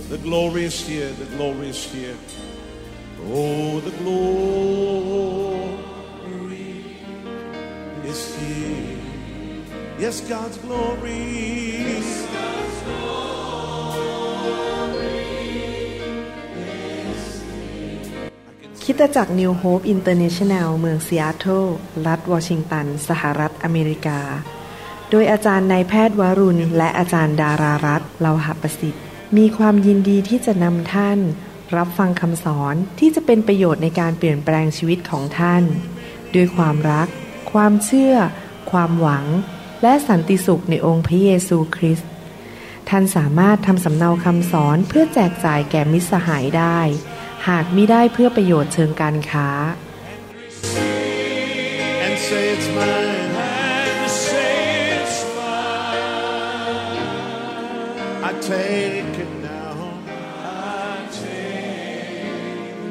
The glory is here. The glory is here. Oh, the glory is here. Yes, God's glory. Yes, God's glory is here. คริสตจักร New Hope International เมืองซีแอตเทิลรัฐวอชิงตันสหรัฐอเมริกาโดยอาจารย์นายแพทย์วรุณและอาจารย์ดารารัตน์เลาหประสิทธิ์มีความยินดีที่จะนำท่านรับฟังคำสอนที่จะเป็นประโยชน์ในการเปลี่ยนแปลงชีวิตของท่านด้วยความรักความเชื่อความหวังและสันติสุขในองค์พระเยซูคริสต์ท่านสามารถทำสำเนาคำสอนเพื่อแจกจ่ายแก่มิตรสหายได้หากมิได้เพื่อประโยชน์เชิงการค้า And say it's mine. And say it's mine. I take it now. I take it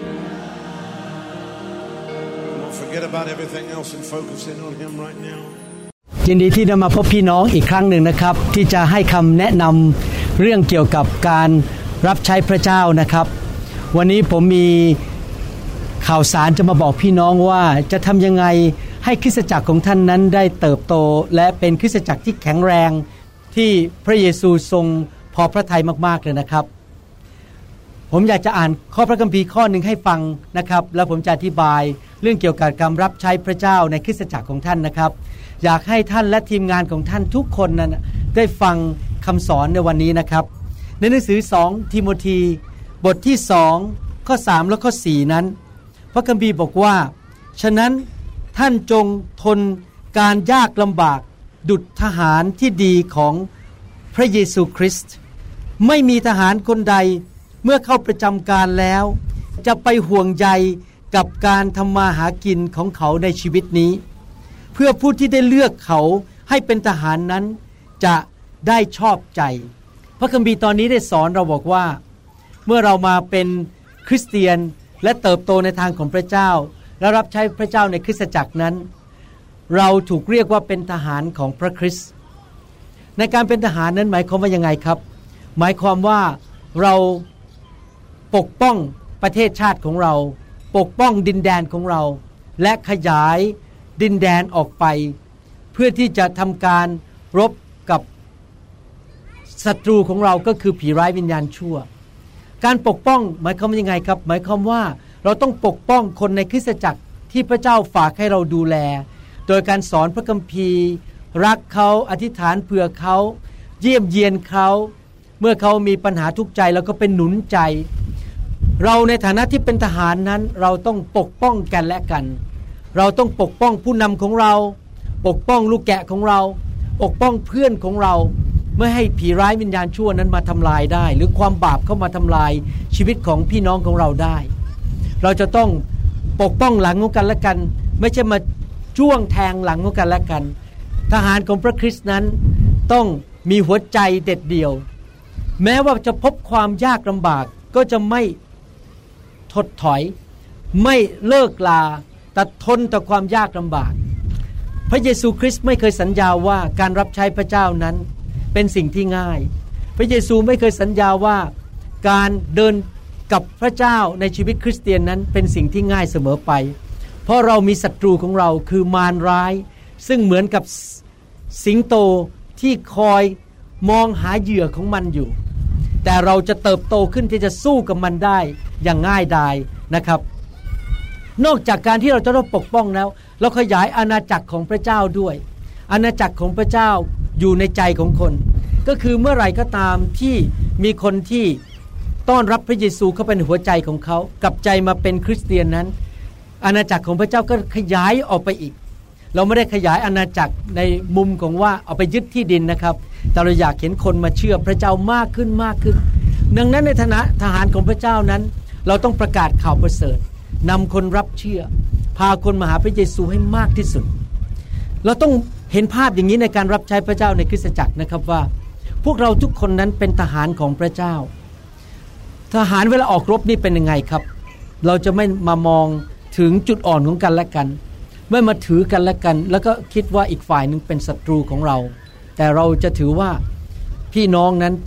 now. Don't forget about everything else and focus in on Him right now. ยินดีที่ได้มาพบพี่น้องอีกครั้งหนึ่งนะครับที่จะให้คำแนะนำเรื่องเกี่ยวกับการรับใช้พระเจ้านะครับวันนี้ผมมีข่าวสารจะมาบอกพี่น้องว่าจะทำยังไงให้คริสตจักรของท่านนั้นได้เติบโตและเป็นคริสตจักรที่แข็งแรงที่พระเยซูทรงพอพระทัยมากๆเลยนะครับผมอยากจะอ่านข้อพระคัมภีร์ข้อหนึ่งให้ฟังนะครับแล้วผมจะอธิบายเรื่องเกี่ยวกับการรับใช้พระเจ้าในคริสตจักรของท่านนะครับอยากให้ท่านและทีมงานของท่านทุกคนนั้นได้ฟังคำสอนในวันนี้นะครับในหนังสือ2ทิโมธีบทที่2ข้อ3และข้อ4นั้นพระคัมภีร์บอกว่าฉะนั้นท่านจงทนการยากลำบากดุจทหารที่ดีของพระเยซูคริสต์ไม่มีทหารคนใดเมื่อเข้าประจำการแล้วจะไปห่วงใยกับการทำมาหากินของเขาในชีวิตนี้เพื่อผู้ที่ได้เลือกเขาให้เป็นทหารนั้นจะได้ชอบใจพระคัมภีร์ตอนนี้ได้สอนเราบอกว่าเมื่อเรามาเป็นคริสเตียนและเติบโตในทางของพระเจ้าและรับใช้พระเจ้าในคริสตจักรนั้นเราถูกเรียกว่าเป็นทหารของพระคริสต์ในการเป็นทหารนั้นหมายความว่ายังไงครับหมายความว่าเราปกป้องประเทศชาติของเราปกป้องดินแดนของเราและขยายดินแดนออกไปเพื่อที่จะทำการรบกับศัตรูของเราก็คือผีร้ายวิญญาณชั่วการปกป้องหมายความว่ายังไงครับหมายความว่าเราต้องปกป้องคนในคริสตจักรที่พระเจ้าฝากให้เราดูแลโดยการสอนพระคัมภีร์รักเขาอธิษฐานเผื่อเขาเยี่ยมเยียนเขาเมื่อเขามีปัญหาทุกข์ใจแล้วก็เป็นหนุนใจเราในฐานะที่เป็นทหารนั้นเราต้องปกป้องกันและกันเราต้องปกป้องผู้นำของเราปกป้องลูกแกะของเราปกป้องเพื่อนของเราไม่ให้ผีร้ายวิญญาณชั่วนั้นมาทำลายได้หรือความบาปเข้ามาทำลายชีวิตของพี่น้องของเราได้เราจะต้องปกป้องหลังของกันและกันไม่ใช่มาจ้วงแทงหลังของกันและกันทหารของพระคริสต์นั้นต้องมีหัวใจเด็ดเดี่ยวแม้ว่าจะพบความยากลำบากก็จะไม่ถดถอยไม่เลิกลาแต่ทนต่อความยากลำบากพระเยซูคริสต์ไม่เคยสัญญาว่าการรับใช้พระเจ้านั้นเป็นสิ่งที่ง่ายพระเยซูไม่เคยสัญญาว่าการเดินกับพระเจ้าในชีวิตคริสเตียนนั้นเป็นสิ่งที่ง่ายเสมอไปเพราะเรามีศัตรูของเราคือมารร้ายซึ่งเหมือนกับสิงโตที่คอยมองหาเหยื่อของมันอยู่แต่เราจะเติบโตขึ้นที่จะสู้กับมันได้อย่างง่ายดายนะครับนอกจากการที่เราจะต้องปกป้องแล้วเราขยายอาณาจักรของพระเจ้าด้วยอาณาจักรของพระเจ้าอยู่ในใจของคนก็คือเมื่อไหร่ก็ตามที่มีคนที่ต้อนรับพระเยซูเข้าไปในหัวใจของเขากลับใจมาเป็นคริสเตียนนั้นอาณาจักรของพระเจ้าก็ขยายออกไปอีกเราไม่ได้ขยายอาณาจักรในมุมของว่าเอาไปยึดที่ดินนะครับแต่เราอยากเห็นคนมาเชื่อพระเจ้ามากขึ้นมากขึ้นดังนั้นในฐานะทหารของพระเจ้านั้นเราต้องประกาศข่าวประเสริฐนำคนรับเชื่อพาคนมาหาพระเยซูให้มากที่สุดเราต้องเห็นภาพอย่างนี้ในการรับใช้พระเจ้าในคริสตจักรนะครับว่าพวกเราทุกคนนั้นเป็นทหารของพระเจ้าทหารเวลาออกรบนี่เป็นยังไงครับเราจะไม่มามองถึงจุดอ่อนของกันและกันไม่มาถือกันและกันแล้วก็คิดว่าอีกฝ่ายนึงเป็นศัตรูของเราแต่เราจะถือว่าพี่น้องนั้นเป็น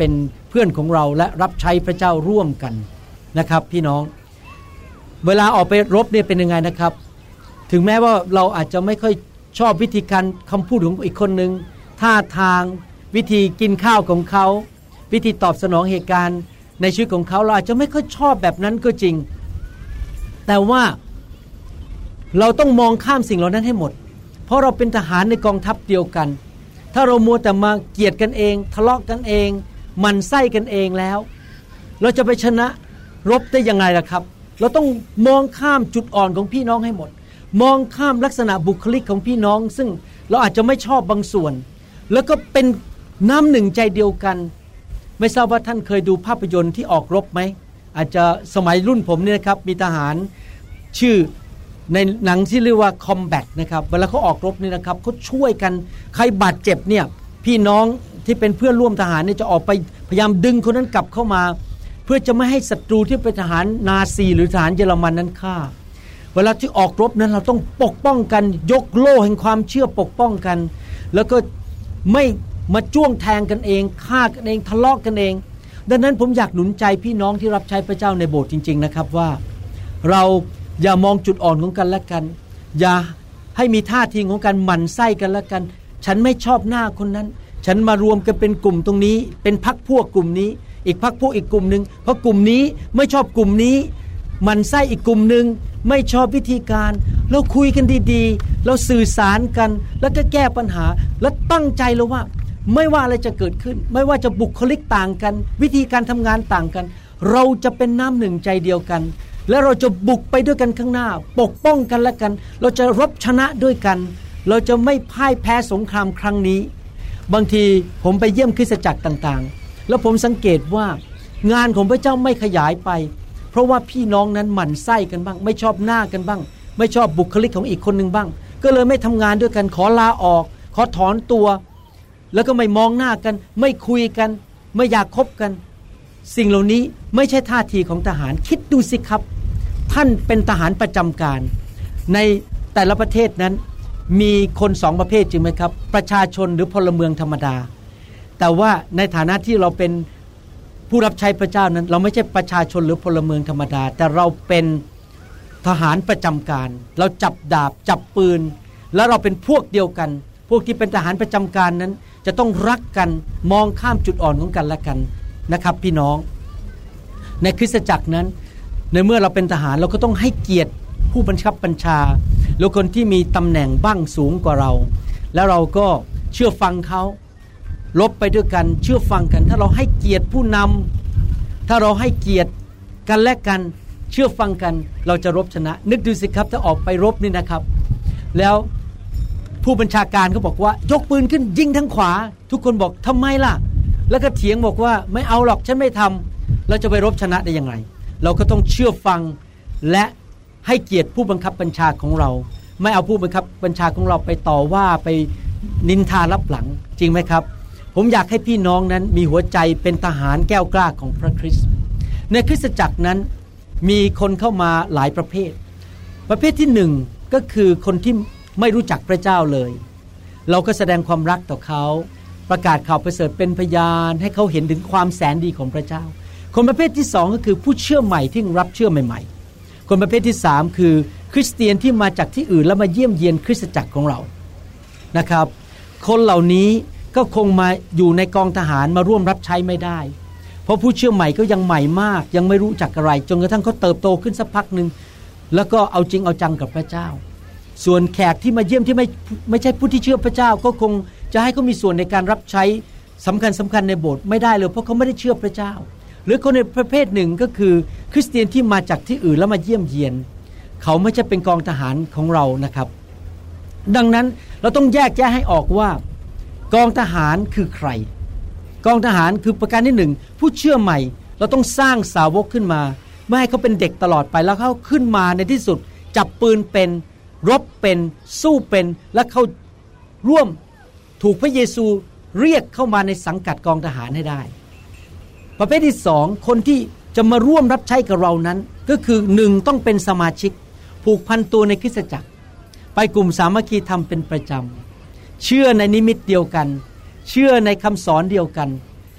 เพื่อนของเราและรับใช้พระเจ้าร่วมกันนะครับพี่น้องเวลาออกไปรบเนี่ยเป็นยังไงนะครับถึงแม้ว่าเราอาจจะไม่ค่อยชอบวิธีการคำพูดของอีกคนนึงท่าทางวิธีกินข้าวของเขาวิธีตอบสนองเหตุการณ์ในชีวิตของเขาเราอาจจะไม่ค่อยชอบแบบนั้นก็จริงแต่ว่าเราต้องมองข้ามสิ่งเหล่านั้นให้หมดเพราะเราเป็นทหารในกองทัพเดียวกันถ้าเรามัวแต่มาเกลียดกันเองทะเลาะกันเองหมั่นไส้กันเองแล้วเราจะไปชนะรบได้ยังไงล่ะครับเราต้องมองข้ามจุดอ่อนของพี่น้องให้หมดมองข้ามลักษณะบุคลิกของพี่น้องซึ่งเราอาจจะไม่ชอบบางส่วนแล้วก็เป็นน้ำหนึ่งใจเดียวกันไม่ทราบว่าท่านเคยดูภาพยนตร์ที่ออกรบไหมอาจจะสมัยรุ่นผมเนี่ยนะครับมีทหารชื่อในหนังที่เรียกว่า Combat นะครับเวลาเขาออกรบนี่นะครับเขาช่วยกันใครบาดเจ็บเนี่ยพี่น้องที่เป็นเพื่อนร่วมทหารเนี่ยจะออกไปพยายามดึงคนนั้นกลับเข้ามาเพื่อจะไม่ให้ศัตรูที่เป็นทหารนาซีหรือทหารเยอรมันนั้นฆ่าเวลาที่ออกรบนั้นเราต้องปกป้องกันยกโล่แห่งความเชื่อปกป้องกันแล้วก็ไม่มาจ้วงแทงกันเองฆ่ากันเองทะเลาะกันเองดังนั้นผมอยากหนุนใจพี่น้องที่รับใช้พระเจ้าในโบสถ์จริงๆนะครับว่าเราอย่ามองจุดอ่อนของกันและกันอย่าให้มีท่าทีของการหมั่นไส้กันและกันฉันไม่ชอบหน้าคนนั้นฉันมารวมกันเป็นกลุ่มตรงนี้เป็นพรรคพวกกลุ่มนี้อีกพรรคพวกอีกกลุ่มนึงเพราะกลุ่มนี้ไม่ชอบกลุ่มนี้หมั่นไส้อีกกลุ่มนึงไม่ชอบวิธีการเราคุยกันดีๆเราสื่อสารกันแล้วก็แก้ปัญหาและตั้งใจเลยว่าไม่ว่าอะไรจะเกิดขึ้นไม่ว่าจะบุคลิกต่างกันวิธีการทำงานต่างกันเราจะเป็นน้ำหนึ่งใจเดียวกันและเราจะบุกไปด้วยกันข้างหน้าปกป้องกันและกันเราจะรบชนะด้วยกันเราจะไม่พ่ายแพ้สงครามครั้งนี้บางทีผมไปเยี่ยมคริสตจักรต่างๆแล้วผมสังเกตว่างานของพระเจ้าไม่ขยายไปเพราะว่าพี่น้องนั้นหมั่นไส้กันบ้างไม่ชอบหน้ากันบ้างไม่ชอบบุคลิกของอีกคนนึงบ้างก็เลยไม่ทำงานด้วยกันขอลาออกขอถอนตัวแล้วก็ไม่มองหน้ากันไม่คุยกันไม่อยากคบกันสิ่งเหล่านี้ไม่ใช่ท่าทีของทหารคิดดูสิครับท่านเป็นทหารประจำการในแต่ละประเทศนั้นมีคนสองประเภทจริงไหมครับประชาชนหรือพลเมืองธรรมดาแต่ว่าในฐานะที่เราเป็นผู้รับใช้พระเจ้านั้นเราไม่ใช่ประชาชนหรือพลเมืองธรรมดาแต่เราเป็นทหารประจำการเราจับดาบจับปืนแล้วเราเป็นพวกเดียวกันพวกที่เป็นทหารประจำการนั้นจะต้องรักกันมองข้ามจุดอ่อนของกันและกันนะครับพี่น้องในคริสตจักรนั้นในเมื่อเราเป็นทหารเราก็ต้องให้เกียรติผู้บังคับบัญชาหรือคนที่มีตำแหน่งบ้างสูงกว่าเราแล้วเราก็เชื่อฟังเขารบไปด้วยกันเชื่อฟังกันถ้าเราให้เกียรติผู้นำถ้าเราให้เกียรติกันและกันเชื่อฟังกันเราจะรบชนะนึกดูสิครับถ้าออกไปรบนี่นะครับแล้วผู้บัญชาการเขาบอกว่ายกปืนขึ้นยิงทางขวาทุกคนบอกทำไมล่ะแล้วก็เถียงบอกว่าไม่เอาหรอกฉันไม่ทำเราจะไปรบชนะได้ยังไงเราก็ต้องเชื่อฟังและให้เกียรติผู้บังคับบัญชาของเราไม่เอาผู้บังคับบัญชาของเราไปต่อว่าไปนินทาลับหลังจริงไหมครับผมอยากให้พี่น้องนั้นมีหัวใจเป็นทหารแก้วกล้าของพระคริสต์ในคริสตจักรนั้นมีคนเข้ามาหลายประเภทประเภทที่หนึ่งก็คือคนที่ไม่รู้จักพระเจ้าเลยเราก็แสดงความรักต่อเขาประกาศข่าวประเสริฐเป็นพยานให้เขาเห็นถึงความแสนดีของพระเจ้าคนประเภทที่สองก็คือผู้เชื่อใหม่ที่รับเชื่อใหม่ๆคนประเภทที่สามคือคริสเตียนที่มาจากที่อื่นแล้วมาเยี่ยมเยียนคริสตจักรของเรานะครับคนเหล่านี้ก็คงมาอยู่ในกองทหารมาร่วมรับใช้ไม่ได้เพราะผู้เชื่อใหม่ก็ยังใหม่มากยังไม่รู้จักอะไรจนกระทั่งเขาเติบโตขึ้นสักพักนึงแล้วก็เอาจริงเอาจังกับพระเจ้าส่วนแขกที่มาเยี่ยมที่ไม่ใช่ผู้ที่เชื่อพระเจ้าก็คงจะให้เขามีส่วนในการรับใช้สำคัญในโบสถ์ไม่ได้เลยเพราะเขาไม่ได้เชื่อพระเจ้าหรือคนในประเภทหนึ่งก็คือคริสเตียนที่มาจากที่อื่นแล้วมาเยี่ยมเยียนเขาไม่ใช่เป็นกองทหารของเรานะครับดังนั้นเราต้องแยกแยะให้ออกว่ากองทหารคือใครกองทหารคือประการที่หนึ่งผู้เชื่อใหม่เราต้องสร้างสาวกขึ้นมาไม่ให้เขาเป็นเด็กตลอดไปแล้วเขาขึ้นมาในที่สุดจับปืนเป็นรบเป็นสู้เป็นและเขาร่วมถูกพระเยซูเรียกเข้ามาในสังกัดกองทหารให้ได้ประเภทที่สองคนที่จะมาร่วมรับใช้กับเรานั้นก็คือหนึ่งต้องเป็นสมาชิกผูกพันตัวในคริสตจักรไปกลุ่มสามัคคีธรรมเป็นประจำเชื่อในนิมิตเดียวกันเชื่อในคำสอนเดียวกัน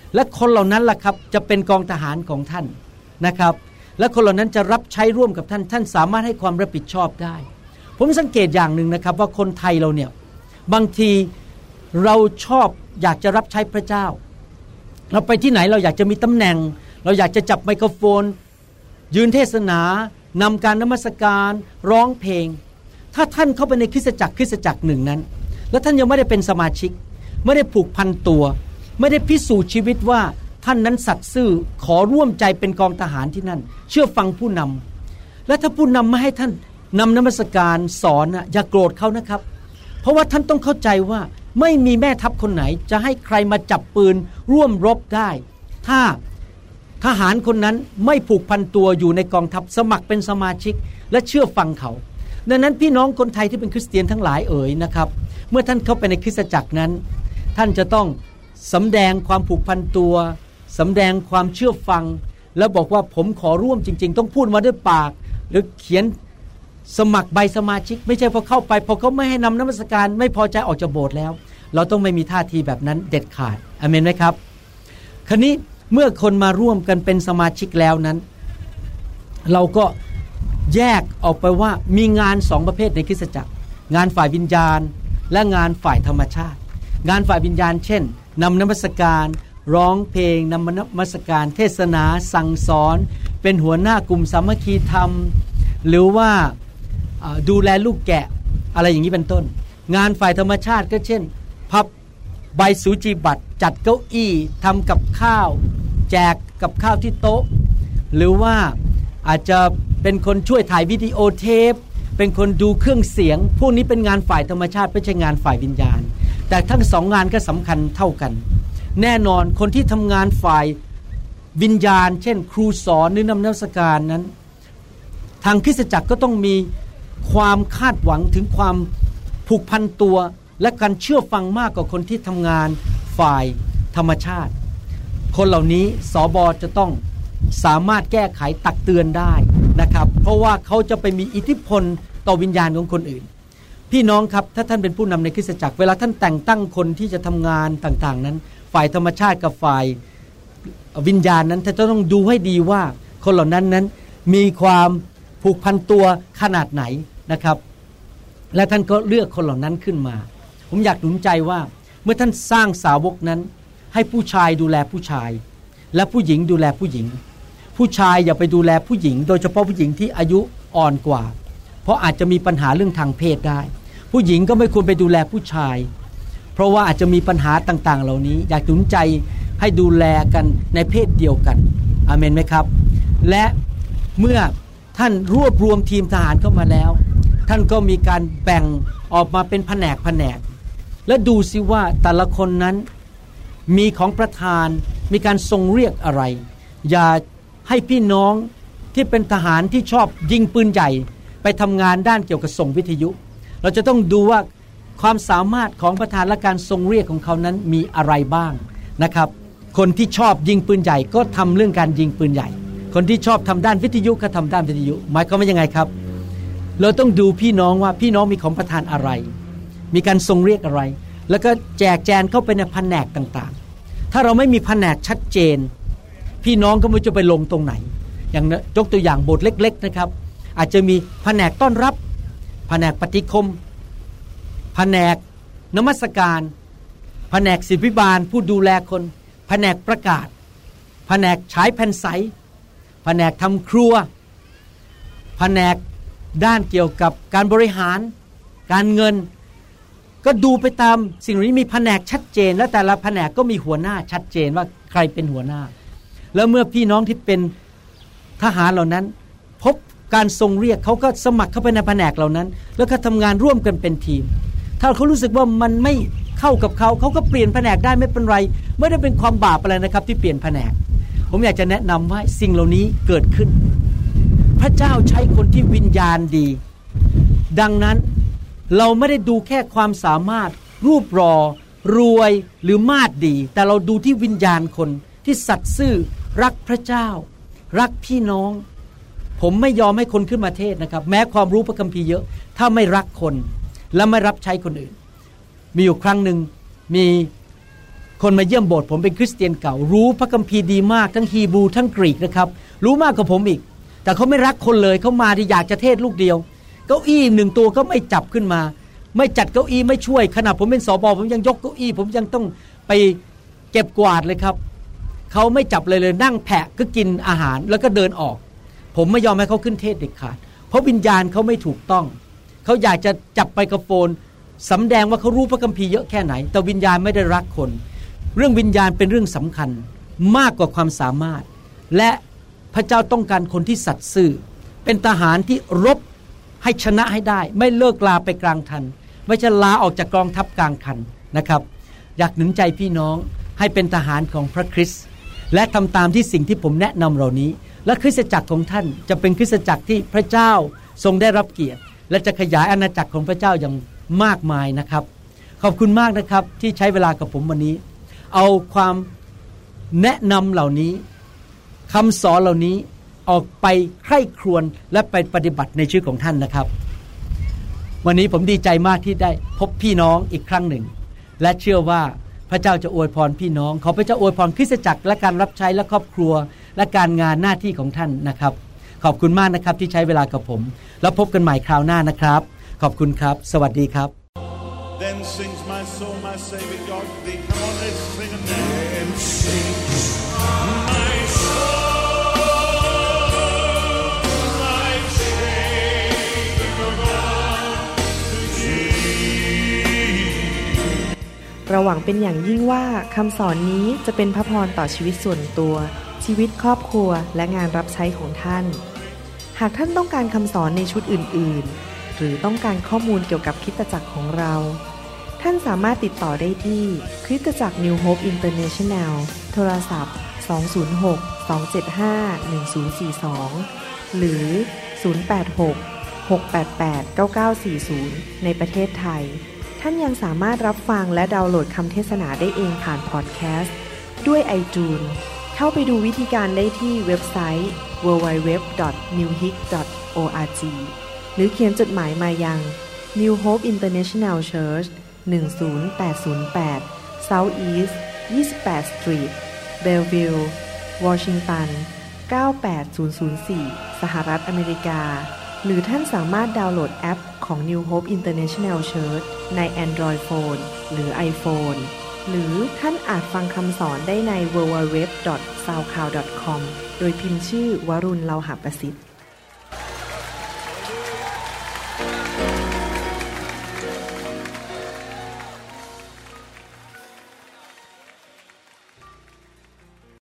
และคนเหล่านั้นล่ะครับจะเป็นกองทหารของท่านนะครับและคนเหล่านั้นจะรับใช้ร่วมกับท่านท่านสามารถให้ความรับผิดชอบได้ผมสังเกตอย่างหนึ่งนะครับว่าคนไทยเราเนี่ยบางทีเราชอบอยากจะรับใช้พระเจ้าเราไปที่ไหนเราอยากจะมีตำแหน่งเราอยากจะจับไมโครโฟนยืนเทศนานำการนมัสการร้องเพลงถ้าท่านเข้าไปในคริสตจักรหนึ่งนั้นแล้วท่านยังไม่ได้เป็นสมาชิกไม่ได้ผูกพันตัวไม่ได้พิสูจน์ชีวิตว่าท่านนั้นสัตย์ซื่อขอร่วมใจเป็นกองทหารที่นั่นเชื่อฟังผู้นำและถ้าผู้นำไม่ให้ท่านนำนมัสการสอนอย่าโกรธเขานะครับเพราะว่าท่านต้องเข้าใจว่าไม่มีแม่ทัพคนไหนจะให้ใครมาจับปืนร่วมรบได้ถ้าทหารคนนั้นไม่ผูกพันตัวอยู่ในกองทัพสมัครเป็นสมาชิกและเชื่อฟังเขาดังนั้นพี่น้องคนไทยที่เป็นคริสเตียนทั้งหลายนะครับเมื่อท่านเข้าไปในคริสตจักรนั้นท่านจะต้องสำแดงความผูกพันตัวสำแดงความเชื่อฟังแล้วบอกว่าผมขอร่วมจริงๆต้องพูดมาด้วยปากหรือเขียนสมัครใบสมาชิกไม่ใช่พอเข้าไปพอเขาไม่ให้นำนมัสการไม่พอใจออกจากโบสถ์แล้วเราต้องไม่มีท่าทีแบบนั้นเด็ดขาดอาเมนไหมครับคราวนี้เมื่อคนมาร่วมกันเป็นสมาชิกแล้วนั้นเราก็แยกออกไปว่ามีงาน2ประเภทในคริสตจักรงานฝ่ายวิญญาณและงานฝ่ายธรรมชาติงานฝ่ายวิญญาณเช่นนำนมัสการร้องเพลงนำนมัสการเทศนาสั่งสอนเป็นหัวหน้ากลุ่มสามัคคีธรรมหรือว่าดูแลลูกแกะอะไรอย่างนี้เป็นต้นงานฝ่ายธรรมชาติก็เช่นพับใบสูจิบัตรจัดเก้าอี้ทำกับข้าวแจกกับข้าวที่โต๊ะหรือว่าอาจจะเป็นคนช่วยถ่ายวิดีโอเทปเป็นคนดูเครื่องเสียงพวกนี้เป็นงานฝ่ายธรรมชาติไม่ใช่งานฝ่ายวิญญาณแต่ทั้งสองงานก็สำคัญเท่ากันแน่นอนคนที่ทำงานฝ่ายวิญญาณเช่นครูสอนหรือนำนมัสการนั้นทางคริสตจักรก็ต้องมีความคาดหวังถึงความผูกพันตัวและการเชื่อฟังมากกว่าคนที่ทำงานฝ่ายธรรมชาติคนเหล่านี้สบจะต้องสามารถแก้ไขตักเตือนได้นะครับเพราะว่าเขาจะไปมีอิทธิพลต่อวิญญาณของคนอื่นพี่น้องครับถ้าท่านเป็นผู้นำในคริสตจักรเวลาท่านแต่งตั้งคนที่จะทำงานต่างๆนั้นฝ่ายธรรมชาติกับฝ่ายวิญญาณนั้นท่านจะต้องดูให้ดีว่าคนเหล่านั้นมีความผูกพันตัวขนาดไหนนะครับและท่านก็เลือกคนเหล่านั้นขึ้นมาผมอยากหนุนใจว่าเมื่อท่านสร้างสาวกนั้นให้ผู้ชายดูแลผู้ชายและผู้หญิงดูแลผู้หญิงผู้ชายอย่าไปดูแลผู้หญิงโดยเฉพาะผู้หญิงที่อายุอ่อนกว่าเพราะอาจจะมีปัญหาเรื่องทางเพศได้ผู้หญิงก็ไม่ควรไปดูแลผู้ชายเพราะว่าอาจจะมีปัญหาต่างๆเหล่านี้อยากหนุนใจให้ดูแลกันในเพศเดียวกันอาเมนไหมครับและเมื่อท่านรวบรวมทีมทหารเข้ามาแล้วท่านก็มีการแบ่งออกมาเป็นแผนกและดูซิว่าแต่ละคนนั้นมีของประธานมีการทรงเรียกอะไรอย่าให้พี่น้องที่เป็นทหารที่ชอบยิงปืนใหญ่ไปทำงานด้านเกี่ยวกับส่งวิทยุเราจะต้องดูว่าความสามารถของประธานและการทรงเรียกของเขานั้นมีอะไรบ้างนะครับคนที่ชอบยิงปืนใหญ่ก็ทำเรื่องการยิงปืนใหญ่คนที่ชอบทำด้านวิทยุก็ทำด้านวิทยุหมายความว่ายังไงครับเราต้องดูพี่น้องว่าพี่น้องมีของประธานอะไรมีการทรงเรียกอะไรแล้วก็แจกแจงเข้าไปในแผนกต่างๆถ้าเราไม่มีแผนกชัดเจนพี่น้องก็ไม่จะไปลงตรงไหนอย่างยกตัวอย่างโบสถ์เล็กๆนะครับอาจจะมีแผนกต้อนรับแผนกปฏิคมแผนกนมัสการแผนกศิษย์วิบาลผู้ดูแลคนแผนกประกาศแผนกฉายแผ่นใสแผนกทำครัวแผนกด้านเกี่ยวกับการบริหารการเงินก็ดูไปตามสิ่งนี้มีแผนกชัดเจนและแต่ละแผนกก็มีหัวหน้าชัดเจนว่าใครเป็นหัวหน้าแล้วเมื่อพี่น้องที่เป็นทหารเหล่านั้นพบการทรงเรียกเขาก็สมัครเข้าไปในแผนกเหล่านั้นแล้วก็ทำงานร่วมกันเป็นทีมถ้าเขารู้สึกว่ามันไม่เข้ากับเขาก็เปลี่ยนแผนกได้ไม่เป็นไรไม่ได้เป็นความบาปอะไรนะครับที่เปลี่ยนแผนกผมอยากจะแนะนำว่าสิ่งเหล่านี้เกิดขึ้นพระเจ้าใช้คนที่วิญญาณดีดังนั้นเราไม่ได้ดูแค่ความสามารถรูปรอรวยหรือมาดดีแต่เราดูที่วิญญาณคนที่สัตย์ซื่อรักพระเจ้ารักพี่น้องผมไม่ยอมให้คนขึ้นมาเทศนะครับแม้ความรู้พระคัมภีร์เยอะถ้าไม่รักคนและไม่รับใช้คนอื่นมีอยู่ครั้งหนึ่งมีคนมาเยี่ยมโบสถ์ผมเป็นคริสเตียนเก่ารู้พระคัมภีร์ดีมากทั้งฮีบรูทั้งกรีกนะครับรู้มากกว่าผมอีกแต่เขาไม่รักคนเลยเขามาที่อยากจะเทศลูกเดียวเก้าอี้1ตัวก็ไม่จับขึ้นมาไม่จัดเก้าอี้ไม่ช่วยขณะผมเป็นสบผมยังยกเก้าอี้ผมยังต้องไปเก็บกวาดเลยครับเขาไม่จับเลยนั่งแผะก็กินอาหารแล้วก็เดินออกผมไม่ยอมให้เขาขึ้นเทศเด็ดขาดเพราะวิญญาณเขาไม่ถูกต้องเขาอยากจะจับไมโครโฟนสำแดงว่าเขารู้พระคัมภีร์เยอะแค่ไหนแต่วิญญาณไม่ได้รักคนเรื่องวิญญาณเป็นเรื่องสำคัญมากกว่าความสามารถและพระเจ้าต้องการคนที่สัตย์ซื่อเป็นทหารที่รบให้ชนะให้ได้ไม่เลิกลาไปกลางคันไม่ใช่ลาออกจากกองทัพกลางคันนะครับอยากหนุนใจพี่น้องให้เป็นทหารของพระคริสต์และทำตามที่สิ่งที่ผมแนะนำเหล่านี้และคริสตจักรของท่านจะเป็นคริสตจักรที่พระเจ้าทรงได้รับเกียรติและจะขยายอาณาจักรของพระเจ้าอย่างมากมายนะครับขอบคุณมากนะครับที่ใช้เวลากับผมวันนี้เอาความแนะนำเหล่านี้คำสอนเหล่านี้ออกไปใคร่ครวญและไปปฏิบัติในชีวิตของท่านนะครับวันนี้ผมดีใจมากที่ได้พบพี่น้องอีกครั้งหนึ่งและเชื่อว่าพระเจ้าจะอวยพรพี่น้องขอพระเจ้าอวยพรคริสตจักรและการรับใช้และครอบครัวและการงานหน้าที่ของท่านนะครับขอบคุณมากนะครับที่ใช้เวลากับผมแล้วพบกันใหม่คราวหน้านะครับขอบคุณครับสวัสดีครับ Then sings my soul, my Savior God to thee. Come on, let's sing it now. Then sings my soul, my Savior God to thee. เราหวังเป็นอย่างยิ่งว่าคำสอนนี้จะเป็นพระพรต่อชีวิตส่วนตัวชีวิตครอบครัวและงานรับใช้ของท่านหากท่านต้องการคำสอนในชุดอื่นๆหรือต้องการข้อมูลเกี่ยวกับคริสตจักรของเราท่านสามารถติดต่อได้ที่คริสตจักร New Hope International โทรศัพท์206-275-1042หรือ086-688-9940ในประเทศไทยท่านยังสามารถรับฟังและดาวน์โหลดคำเทศนาได้เองผ่านพอดแคสต์ด้วย iTunes เข้าไปดูวิธีการได้ที่เว็บไซต์ www.newhope.org หรือเขียนจดหมายมายัง New Hope International Church 10808 South East 28th Street Bellevue Washington 98004 สหรัฐอเมริกาหรือท่านสามารถดาวน์โหลดแอปของ New Hope International Church ใน Android Phone หรือ iPhone หรือท่านอาจฟังคำสอนได้ใน www.soundcloud.com โดยพิมพ์ชื่อวรุณ เลาหะประสิทธิ์